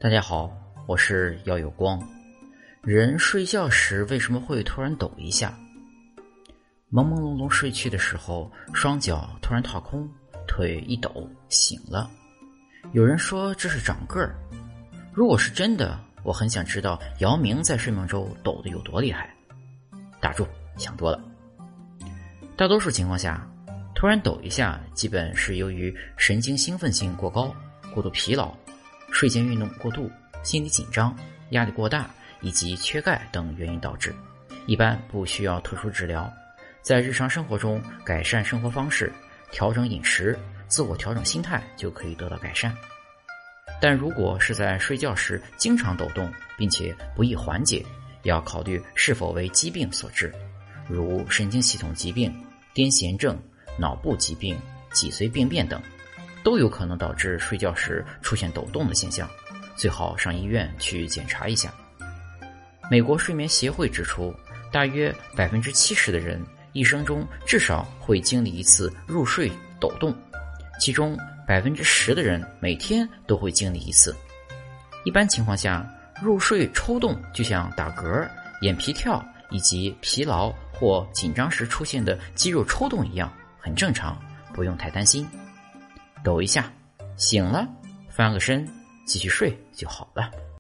大家好，我是耀有光。人睡觉时为什么会突然抖一下？朦朦胧胧睡去的时候，双脚突然踏空，腿一抖，醒了。有人说这是长个儿。如果是真的，我很想知道姚明在睡梦中抖得有多厉害。打住，想多了。大多数情况下，突然抖一下，基本是由于神经兴奋性过高、过度疲劳、睡前运动过度、心理紧张、压力过大以及缺钙等原因导致，一般不需要特殊治疗，在日常生活中改善生活方式、调整饮食、自我调整心态就可以得到改善。但如果是在睡觉时经常抖动并且不易缓解，要考虑是否为疾病所致，如神经系统疾病、癫痫症、脑部疾病、脊髓病变等，都有可能导致睡觉时出现抖动的现象，最好上医院去检查一下。美国睡眠协会指出，大约 70% 的人一生中至少会经历一次入睡抖动，其中 10% 的人每天都会经历一次。一般情况下，入睡抽动就像打嗝、眼皮跳以及疲劳或紧张时出现的肌肉抽动一样，很正常，不用太担心。抖一下，醒了，翻个身，继续睡就好了。